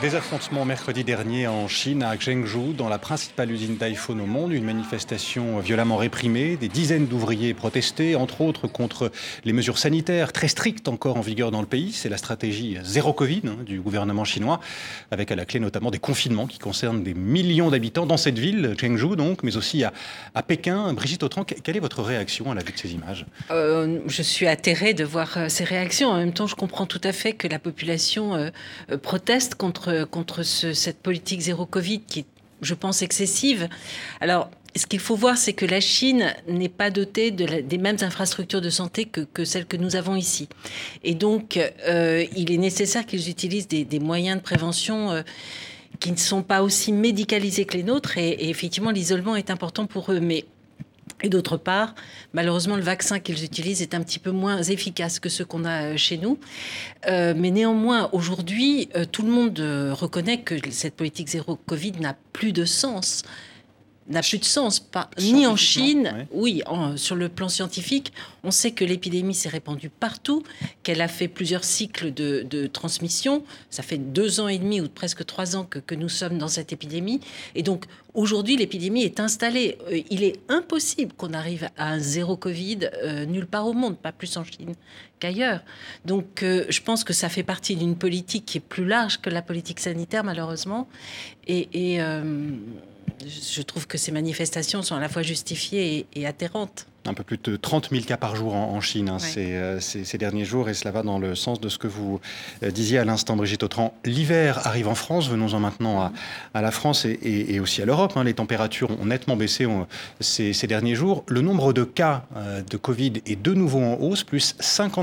Des affrontements mercredi dernier en Chine, à Zhengzhou, dans la principale usine d'iPhone au monde. Une manifestation violemment réprimée. Des dizaines d'ouvriers protestaient, entre autres contre les mesures sanitaires très strictes encore en vigueur dans le pays. C'est la stratégie zéro Covid du gouvernement chinois, avec à la clé notamment des confinements qui concernent des millions d'habitants dans cette ville, Zhengzhou donc, mais aussi à Pékin. Brigitte Autran, quelle est votre réaction à la vue de ces images ? Je suis atterrée de voir ces réactions. En même temps, je comprends tout à fait que la population proteste contre cette politique zéro Covid qui est, je pense, excessive. Alors, ce qu'il faut voir, c'est que la Chine n'est pas dotée des mêmes infrastructures de santé que celles que nous avons ici. Et donc, il est nécessaire qu'ils utilisent des moyens de prévention qui ne sont pas aussi médicalisés que les nôtres. Et effectivement, l'isolement est important pour eux. Et d'autre part, malheureusement, le vaccin qu'ils utilisent est un petit peu moins efficace que ceux qu'on a chez nous. Mais néanmoins, aujourd'hui, tout le monde reconnaît que cette politique zéro Covid n'a plus de sens. Ni en Chine, sur le plan scientifique. On sait que l'épidémie s'est répandue partout, qu'elle a fait plusieurs cycles de transmission. Ça fait 2 ans et demi ou presque 3 ans que nous sommes dans cette épidémie. Et donc, aujourd'hui, l'épidémie est installée. Il est impossible qu'on arrive à un zéro Covid nulle part au monde, pas plus en Chine qu'ailleurs. Donc, je pense que ça fait partie d'une politique qui est plus large que la politique sanitaire, malheureusement. Et je trouve que ces manifestations sont à la fois justifiées et atterrantes. Un peu plus de 30 000 cas par jour en Chine ces derniers jours, et cela va dans le sens de ce que vous disiez à l'instant, Brigitte Autran. L'hiver arrive en France, venons-en maintenant à la France et aussi à l'Europe. Les températures ont nettement baissé ces derniers jours. Le nombre de cas de Covid est de nouveau en hausse, plus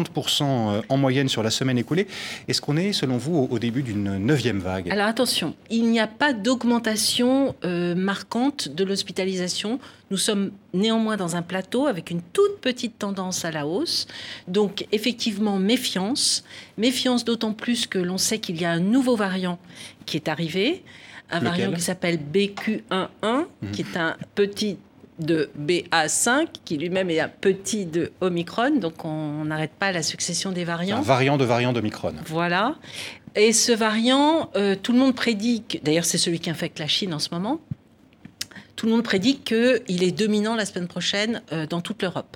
50% en moyenne sur la semaine écoulée. Est-ce qu'on est, selon vous, au début d'une 9e vague ? Alors attention, il n'y a pas d'augmentation marquante de l'hospitalisation. Nous sommes néanmoins dans un plateau avec une toute petite tendance à la hausse. Donc, effectivement, méfiance. Méfiance d'autant plus que l'on sait qu'il y a un nouveau variant qui est arrivé. Un variant qui s'appelle BQ11, qui est un petit de BA5, qui lui-même est un petit de Omicron. Donc, on n'arrête pas la succession des variants. Un variant d'Omicron. Voilà. Et ce variant, tout le monde prédit, d'ailleurs, c'est celui qui infecte la Chine en ce moment. Tout le monde prédit qu'il est dominant la semaine prochaine dans toute l'Europe.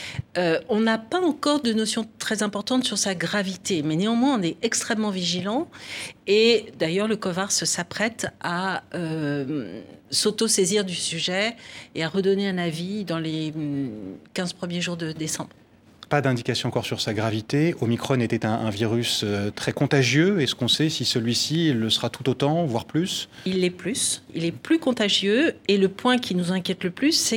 On n'a pas encore de notion très importante sur sa gravité, mais néanmoins, on est extrêmement vigilant. Et d'ailleurs, le COVARS s'apprête à s'auto-saisir du sujet et à redonner un avis dans les 15 premiers jours de décembre. Pas d'indication encore sur sa gravité. Omicron était un virus très contagieux. Est-ce qu'on sait si celui-ci le sera tout autant, voire plus ? Il l'est plus. Il est plus contagieux. Et le point qui nous inquiète le plus, c'est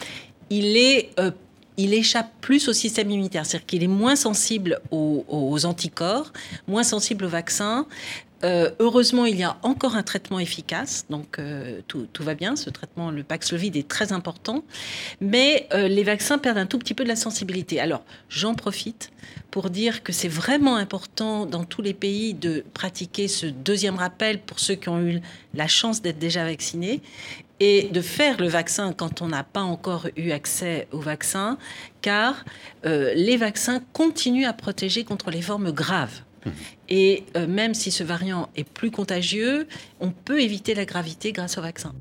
qu'il échappe plus au système immunitaire. C'est-à-dire qu'il est moins sensible aux anticorps, moins sensible aux vaccins. Heureusement, il y a encore un traitement efficace, donc tout va bien. Ce traitement, le Paxlovid, est très important, mais les vaccins perdent un tout petit peu de la sensibilité. Alors, j'en profite pour dire que c'est vraiment important dans tous les pays de pratiquer ce 2e rappel pour ceux qui ont eu la chance d'être déjà vaccinés et de faire le vaccin quand on n'a pas encore eu accès au vaccin, car les vaccins continuent à protéger contre les formes graves. Et même si ce variant est plus contagieux, on peut éviter la gravité grâce au vaccin.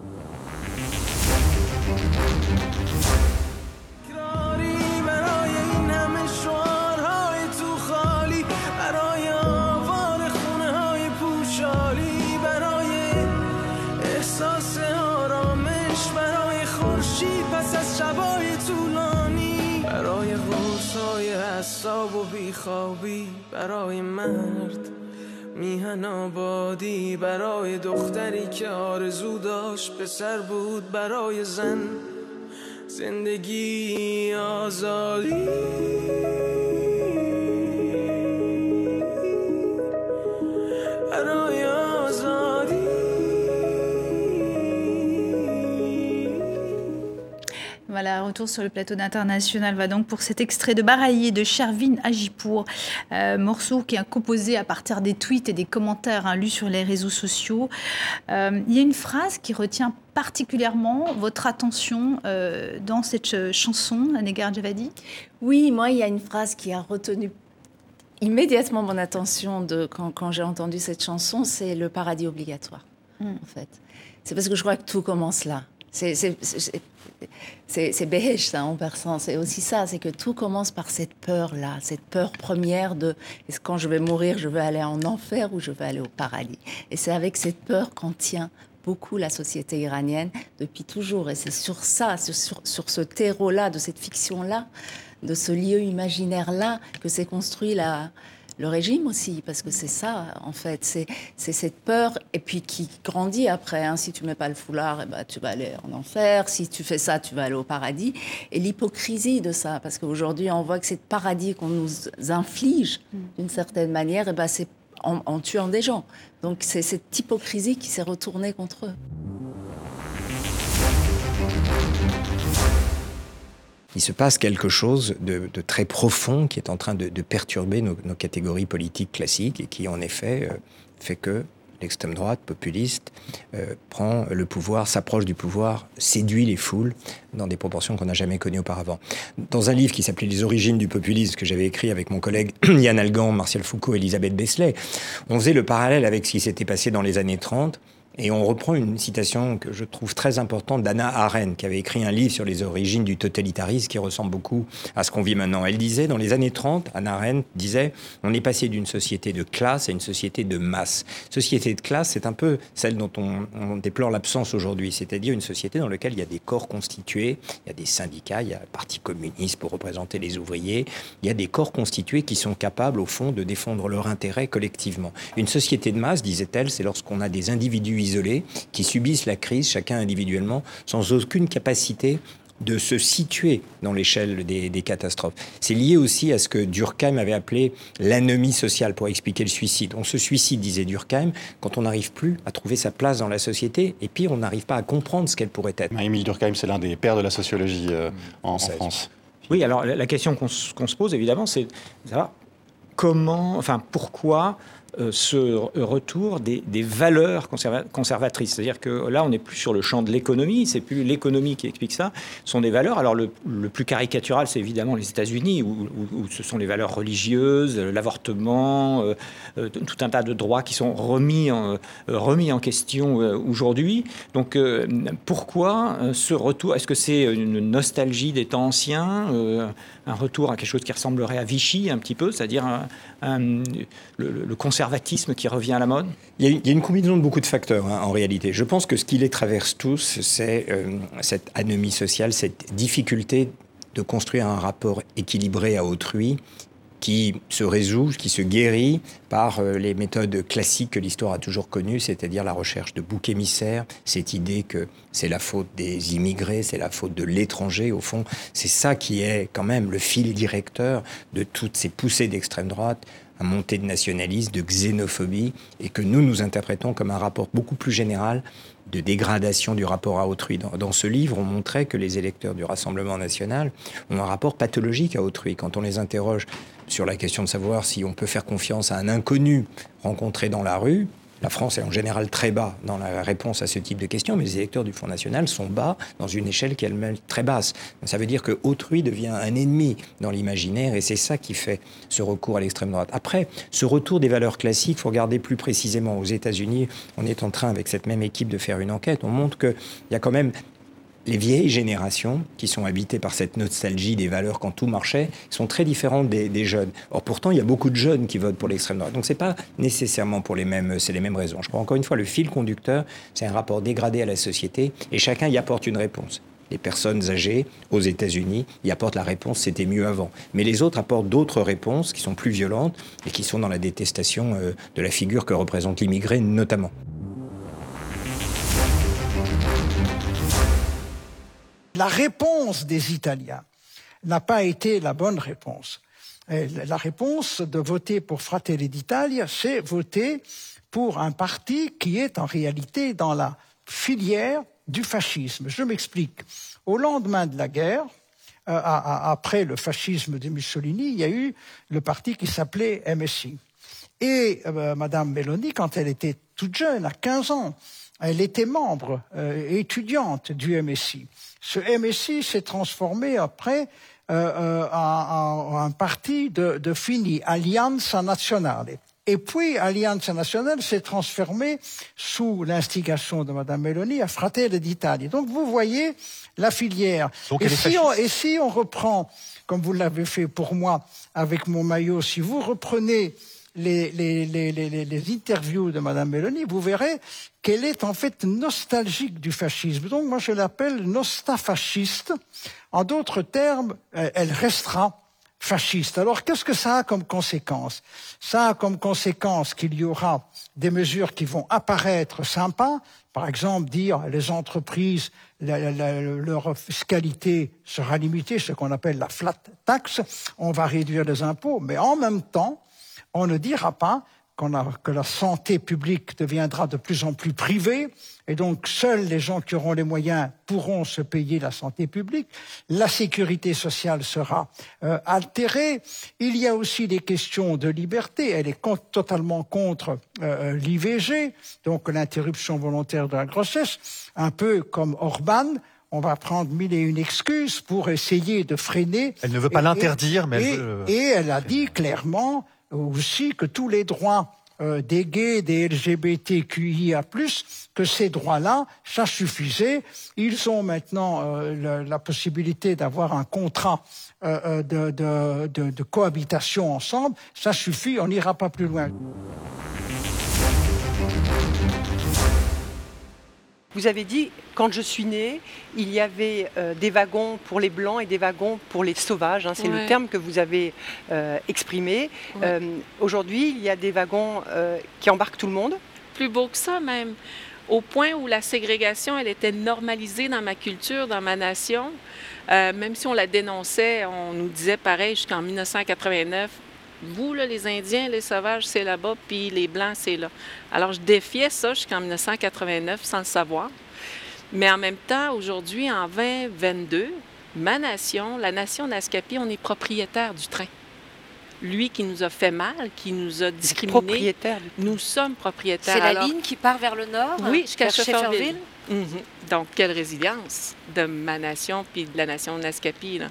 حساب و بیخوابی برای مرد میهن آبادی برای دختری که آرزو داشت پسر بود برای زن زندگی آزادی برای آزادی. Voilà, retour sur le plateau d'International va donc pour cet extrait de Baraillé de Shervin Hajipour, morceau qui est composé à partir des tweets et des commentaires lus sur les réseaux sociaux. Il y a une phrase qui retient particulièrement votre attention dans cette chanson, Negar Djawadi ? Oui, moi, il y a une phrase qui a retenu immédiatement mon attention quand j'ai entendu cette chanson, c'est le paradis obligatoire, en fait. C'est parce que je crois que tout commence là. C'est Behesh, ça, en persan. C'est aussi ça, c'est que tout commence par cette peur-là, cette peur première de est-ce que quand je vais mourir, je vais aller en enfer ou je vais aller au paradis. Et c'est avec cette peur qu'on tient beaucoup la société iranienne depuis toujours. Et c'est sur ça, sur ce terreau-là, de cette fiction-là, de ce lieu imaginaire-là que s'est construit le régime aussi, parce que c'est ça, en fait, c'est cette peur, et puis qui grandit après. Hein. Si tu mets pas le foulard, tu vas aller en enfer. Si tu fais ça, tu vas aller au paradis. Et l'hypocrisie de ça, parce qu'aujourd'hui, on voit que c'est paradis qu'on nous inflige, d'une certaine manière, c'est en tuant des gens. Donc c'est cette hypocrisie qui s'est retournée contre eux. Il se passe quelque chose de très profond qui est en train de perturber nos catégories politiques classiques et qui, en effet, fait que l'extrême droite populiste prend le pouvoir, s'approche du pouvoir, séduit les foules dans des proportions qu'on n'a jamais connues auparavant. Dans un livre qui s'appelait « Les origines du populisme » que j'avais écrit avec mon collègue Yann Algan, Martial Foucault et Elisabeth Besselet, on faisait le parallèle avec ce qui s'était passé dans les années 30. Et on reprend une citation que je trouve très importante d'Hannah Arendt, qui avait écrit un livre sur les origines du totalitarisme qui ressemble beaucoup à ce qu'on vit maintenant. Elle disait, dans les années 30, Hannah Arendt disait, on est passé d'une société de classe à une société de masse. Société de classe, c'est un peu celle dont on déplore l'absence aujourd'hui, c'est-à-dire une société dans laquelle il y a des corps constitués, il y a des syndicats, il y a le Parti communiste pour représenter les ouvriers, il y a des corps constitués qui sont capables, au fond, de défendre leur intérêt collectivement. Une société de masse, disait-elle, c'est lorsqu'on a des individus isolés qui subissent la crise, chacun individuellement, sans aucune capacité de se situer dans l'échelle des catastrophes. C'est lié aussi à ce que Durkheim avait appelé l'anomie sociale pour expliquer le suicide. On se suicide, disait Durkheim, quand on n'arrive plus à trouver sa place dans la société et puis on n'arrive pas à comprendre ce qu'elle pourrait être. Émile Durkheim, c'est l'un des pères de la sociologie en France. Oui, alors la question qu'on se pose évidemment, c'est de savoir pourquoi ce retour des valeurs conservatrices. C'est-à-dire que là, on n'est plus sur le champ de l'économie, c'est plus l'économie qui explique ça, ce sont des valeurs. Alors le plus caricatural, c'est évidemment les États-Unis, où ce sont les valeurs religieuses, l'avortement, tout un tas de droits qui sont remis en question aujourd'hui. Donc pourquoi ce retour? Est-ce que c'est une nostalgie des temps anciens, un retour à quelque chose qui ressemblerait à Vichy un petit peu, c'est-à-dire le conservatisme qui revient à la mode? Il y a une combinaison de beaucoup de facteurs, en réalité. Je pense que ce qui les traverse tous, c'est cette anomie sociale, cette difficulté de construire un rapport équilibré à autrui qui se résout, qui se guérit par les méthodes classiques que l'histoire a toujours connues, c'est-à-dire la recherche de boucs émissaires, cette idée que c'est la faute des immigrés, c'est la faute de l'étranger, au fond. C'est ça qui est quand même le fil directeur de toutes ces poussées d'extrême droite, à montée de nationalisme, de xénophobie, et que nous interprétons comme un rapport beaucoup plus général de dégradation du rapport à autrui. Dans ce livre, on montrait que les électeurs du Rassemblement national ont un rapport pathologique à autrui. Quand on les interroge sur la question de savoir si on peut faire confiance à un inconnu rencontré dans la rue, la France est en général très bas dans la réponse à ce type de questions, mais les électeurs du Front National sont bas dans une échelle qui est elle-même très basse. Ça veut dire que autrui devient un ennemi dans l'imaginaire, et c'est ça qui fait ce recours à l'extrême droite. Après, ce retour des valeurs classiques, il faut regarder plus précisément. Aux États-Unis, on est en train, avec cette même équipe, de faire une enquête. On montre qu'il y a quand même les vieilles générations qui sont habitées par cette nostalgie des valeurs quand tout marchait sont très différentes des jeunes. Or pourtant, il y a beaucoup de jeunes qui votent pour l'extrême droite. Donc c'est pas nécessairement pour les mêmes raisons. Je crois encore une fois, le fil conducteur, c'est un rapport dégradé à la société et chacun y apporte une réponse. Les personnes âgées aux États-Unis y apportent la réponse « c'était mieux avant ». Mais les autres apportent d'autres réponses qui sont plus violentes et qui sont dans la détestation de la figure que représente l'immigré notamment. La réponse des Italiens n'a pas été la bonne réponse. La réponse de voter pour Fratelli d'Italia, c'est voter pour un parti qui est en réalité dans la filière du fascisme. Je m'explique. Au lendemain de la guerre, après le fascisme de Mussolini, il y a eu le parti qui s'appelait MSI. Et Madame Meloni, quand elle était toute jeune, à 15 ans, elle était membre étudiante du MSI. Ce MSI s'est transformé après un parti de fini, Alleanza Nazionale. Et puis, Alleanza Nazionale s'est transformée, sous l'instigation de Mme Meloni, à Fratelli d'Italia. Donc, vous voyez la filière. Donc, et si on reprend, comme vous l'avez fait pour moi, avec mon maillot, si vous reprenez les interviews de Mme Meloni, vous verrez qu'elle est en fait nostalgique du fascisme. Donc, moi, je l'appelle nostafasciste. En d'autres termes, elle restera fasciste. Alors, qu'est-ce que ça a comme conséquence? Ça a comme conséquence qu'il y aura des mesures qui vont apparaître sympas. Par exemple, dire les entreprises, leur fiscalité sera limitée, ce qu'on appelle la flat tax. On va réduire les impôts, mais en même temps, on ne dira pas que la santé publique deviendra de plus en plus privée, et donc seuls les gens qui auront les moyens pourront se payer la santé publique. La sécurité sociale sera altérée. Il y a aussi des questions de liberté. Elle est totalement contre l'IVG, donc l'interruption volontaire de la grossesse, un peu comme Orban. On va prendre 1001 excuses pour essayer de freiner. Elle ne veut pas l'interdire, mais elle veut... Et elle a dit clairement aussi que tous les droits des gays, des LGBTQIA+, que ces droits-là, ça suffisait. Ils ont maintenant la possibilité d'avoir un contrat de cohabitation ensemble. Ça suffit, on n'ira pas plus loin. Vous avez dit, quand je suis née, il y avait des wagons pour les blancs et des wagons pour les sauvages. Hein, c'est le terme que vous avez exprimé. Aujourd'hui, il y a des wagons qui embarquent tout le monde. Plus beau que ça même. Au point où la ségrégation, elle était normalisée dans ma culture, dans ma nation. Même si on la dénonçait, on nous disait pareil jusqu'en 1989. Vous, là, les Indiens, les sauvages, c'est là-bas, puis les Blancs, c'est là. Alors, je défiais ça jusqu'en 1989 sans le savoir. Mais en même temps, aujourd'hui, en 2022, ma nation, la nation Naskapi, on est propriétaire du train. Lui qui nous a fait mal, qui nous a discriminés, nous sommes propriétaires. C'est la ligne qui part vers le nord? Oui, jusqu'à Shefferville. Donc, quelle résilience de ma nation puis de la nation Naskapi, là.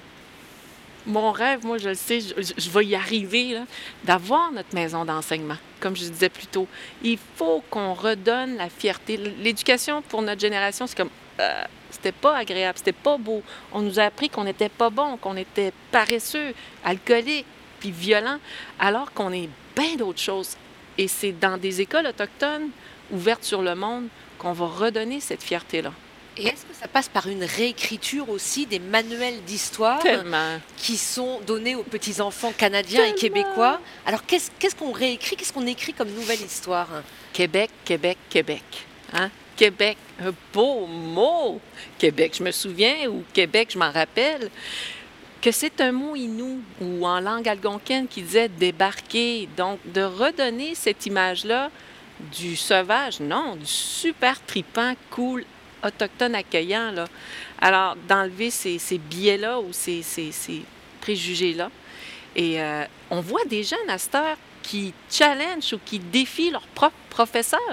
Mon rêve, moi, je le sais, je vais y arriver, là, d'avoir notre maison d'enseignement, comme je disais plus tôt. Il faut qu'on redonne la fierté. L'éducation, pour notre génération, c'est comme... c'était pas agréable, c'était pas beau. On nous a appris qu'on n'était pas bon, qu'on était paresseux, alcooliques, puis violents, alors qu'on est bien d'autres choses. Et c'est dans des écoles autochtones ouvertes sur le monde qu'on va redonner cette fierté-là. Et est-ce que ça passe par une réécriture aussi des manuels d'histoire qui sont donnés aux petits-enfants canadiens et québécois? Alors, qu'est-ce qu'on réécrit? Qu'est-ce qu'on écrit comme nouvelle histoire? Québec, Québec, Québec. Hein? Québec, un beau mot. Québec, je me souviens, ou Québec, je m'en rappelle, que c'est un mot inou ou en langue algonquine qui disait débarquer. Donc, de redonner cette image-là du sauvage, non, du super tripant, cool, autochtone accueillant, là. Alors, d'enlever ces biais-là ou ces préjugés-là. Et on voit des jeunes à cette heure qui challengent ou qui défient leurs propres professeurs.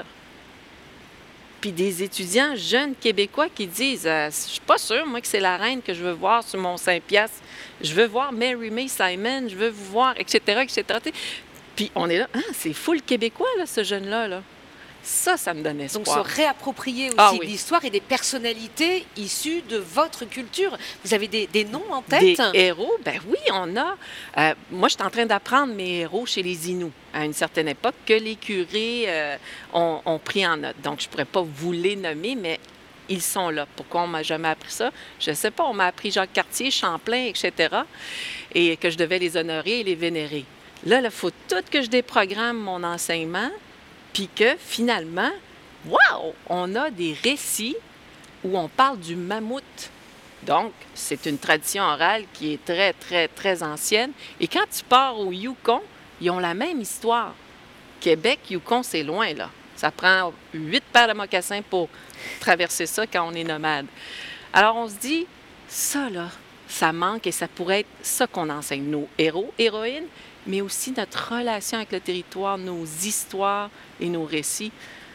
Puis des étudiants jeunes québécois qui disent je suis pas sûre, moi, que c'est la reine que je veux voir sur mon 5$. Je veux voir Mary May Simon, je veux vous voir, etc., etc. Puis on est là, c'est full québécois, là, ce jeune-là, là. Ça me donne espoir. Donc se réapproprier aussi l'histoire et des personnalités issues de votre culture. Vous avez des noms en tête? Des héros? Ben oui, on a. Moi, je suis en train d'apprendre mes héros chez les Inuits à une certaine époque que les curés ont pris en note. Donc, je ne pourrais pas vous les nommer, mais ils sont là. Pourquoi on ne m'a jamais appris ça? Je ne sais pas. On m'a appris Jacques Cartier, Champlain, etc. Et que je devais les honorer et les vénérer. Là, il faut tout que je déprogramme mon enseignement. Puis que, finalement, wow, on a des récits où on parle du mammouth. Donc, c'est une tradition orale qui est très, très, très ancienne. Et quand tu pars au Yukon, ils ont la même histoire. Québec, Yukon, c'est loin, là. Ça prend 8 paires de mocassins pour traverser ça quand on est nomade. Alors, on se dit, ça, là, ça manque et ça pourrait être ça qu'on enseigne. Nos héros, héroïnes, mais aussi notre relation avec le territoire, nos histoires et nos récits.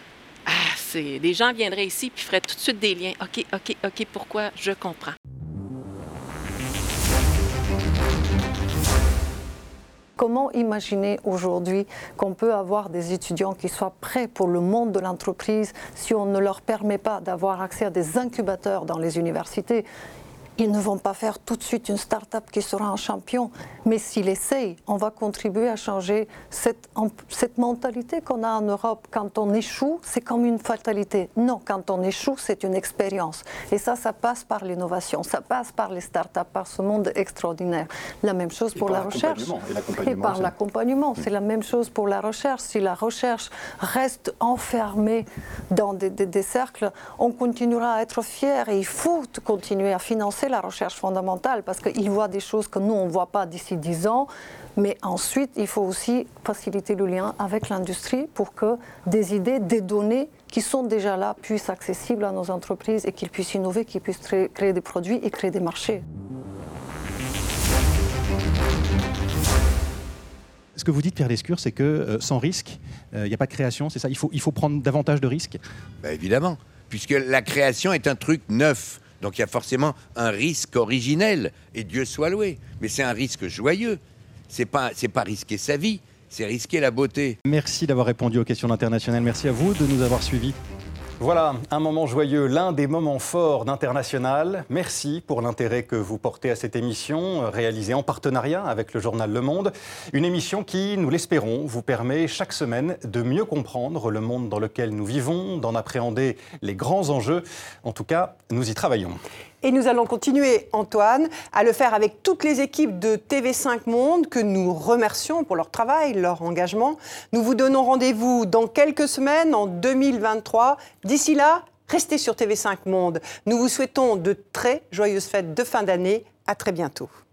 Les gens viendraient ici puis feraient tout de suite des liens. OK, pourquoi? Je comprends. Comment imaginer aujourd'hui qu'on peut avoir des étudiants qui soient prêts pour le monde de l'entreprise si on ne leur permet pas d'avoir accès à des incubateurs dans les universités? Ils ne vont pas faire tout de suite une start-up qui sera un champion, mais s'ils essayent, on va contribuer à changer cette mentalité qu'on a en Europe. Quand on échoue, c'est comme une fatalité. Non, quand on échoue, c'est une expérience. Et ça passe par l'innovation, ça passe par les start-up, par ce monde extraordinaire. La même chose pour la recherche. Et par l'accompagnement. C'est la même chose pour la recherche. Si la recherche reste enfermée dans des cercles, on continuera à être fiers et il faut continuer à financer la recherche fondamentale parce qu'il voit des choses que nous, on ne voit pas d'ici 10 ans. Mais ensuite, il faut aussi faciliter le lien avec l'industrie pour que des idées, des données qui sont déjà là puissent être accessibles à nos entreprises et qu'ils puissent innover, qu'ils puissent créer des produits et créer des marchés. Ce que vous dites, Pierre Lescure, c'est que sans risque, il n'y a pas de création, c'est ça? Il faut prendre davantage de risques? Évidemment, puisque la création est un truc neuf. Donc il y a forcément un risque originel, et Dieu soit loué. Mais c'est un risque joyeux. C'est pas risquer sa vie, c'est risquer la beauté. Merci d'avoir répondu aux questions d'International. Merci à vous de nous avoir suivis. Voilà, un moment joyeux, l'un des moments forts d'International. Merci pour l'intérêt que vous portez à cette émission, réalisée en partenariat avec le journal Le Monde. Une émission qui, nous l'espérons, vous permet chaque semaine de mieux comprendre le monde dans lequel nous vivons, d'en appréhender les grands enjeux. En tout cas, nous y travaillons. Et nous allons continuer, Antoine, à le faire avec toutes les équipes de TV5 Monde que nous remercions pour leur travail, leur engagement. Nous vous donnons rendez-vous dans quelques semaines, en 2023. D'ici là, restez sur TV5 Monde. Nous vous souhaitons de très joyeuses fêtes de fin d'année. À très bientôt.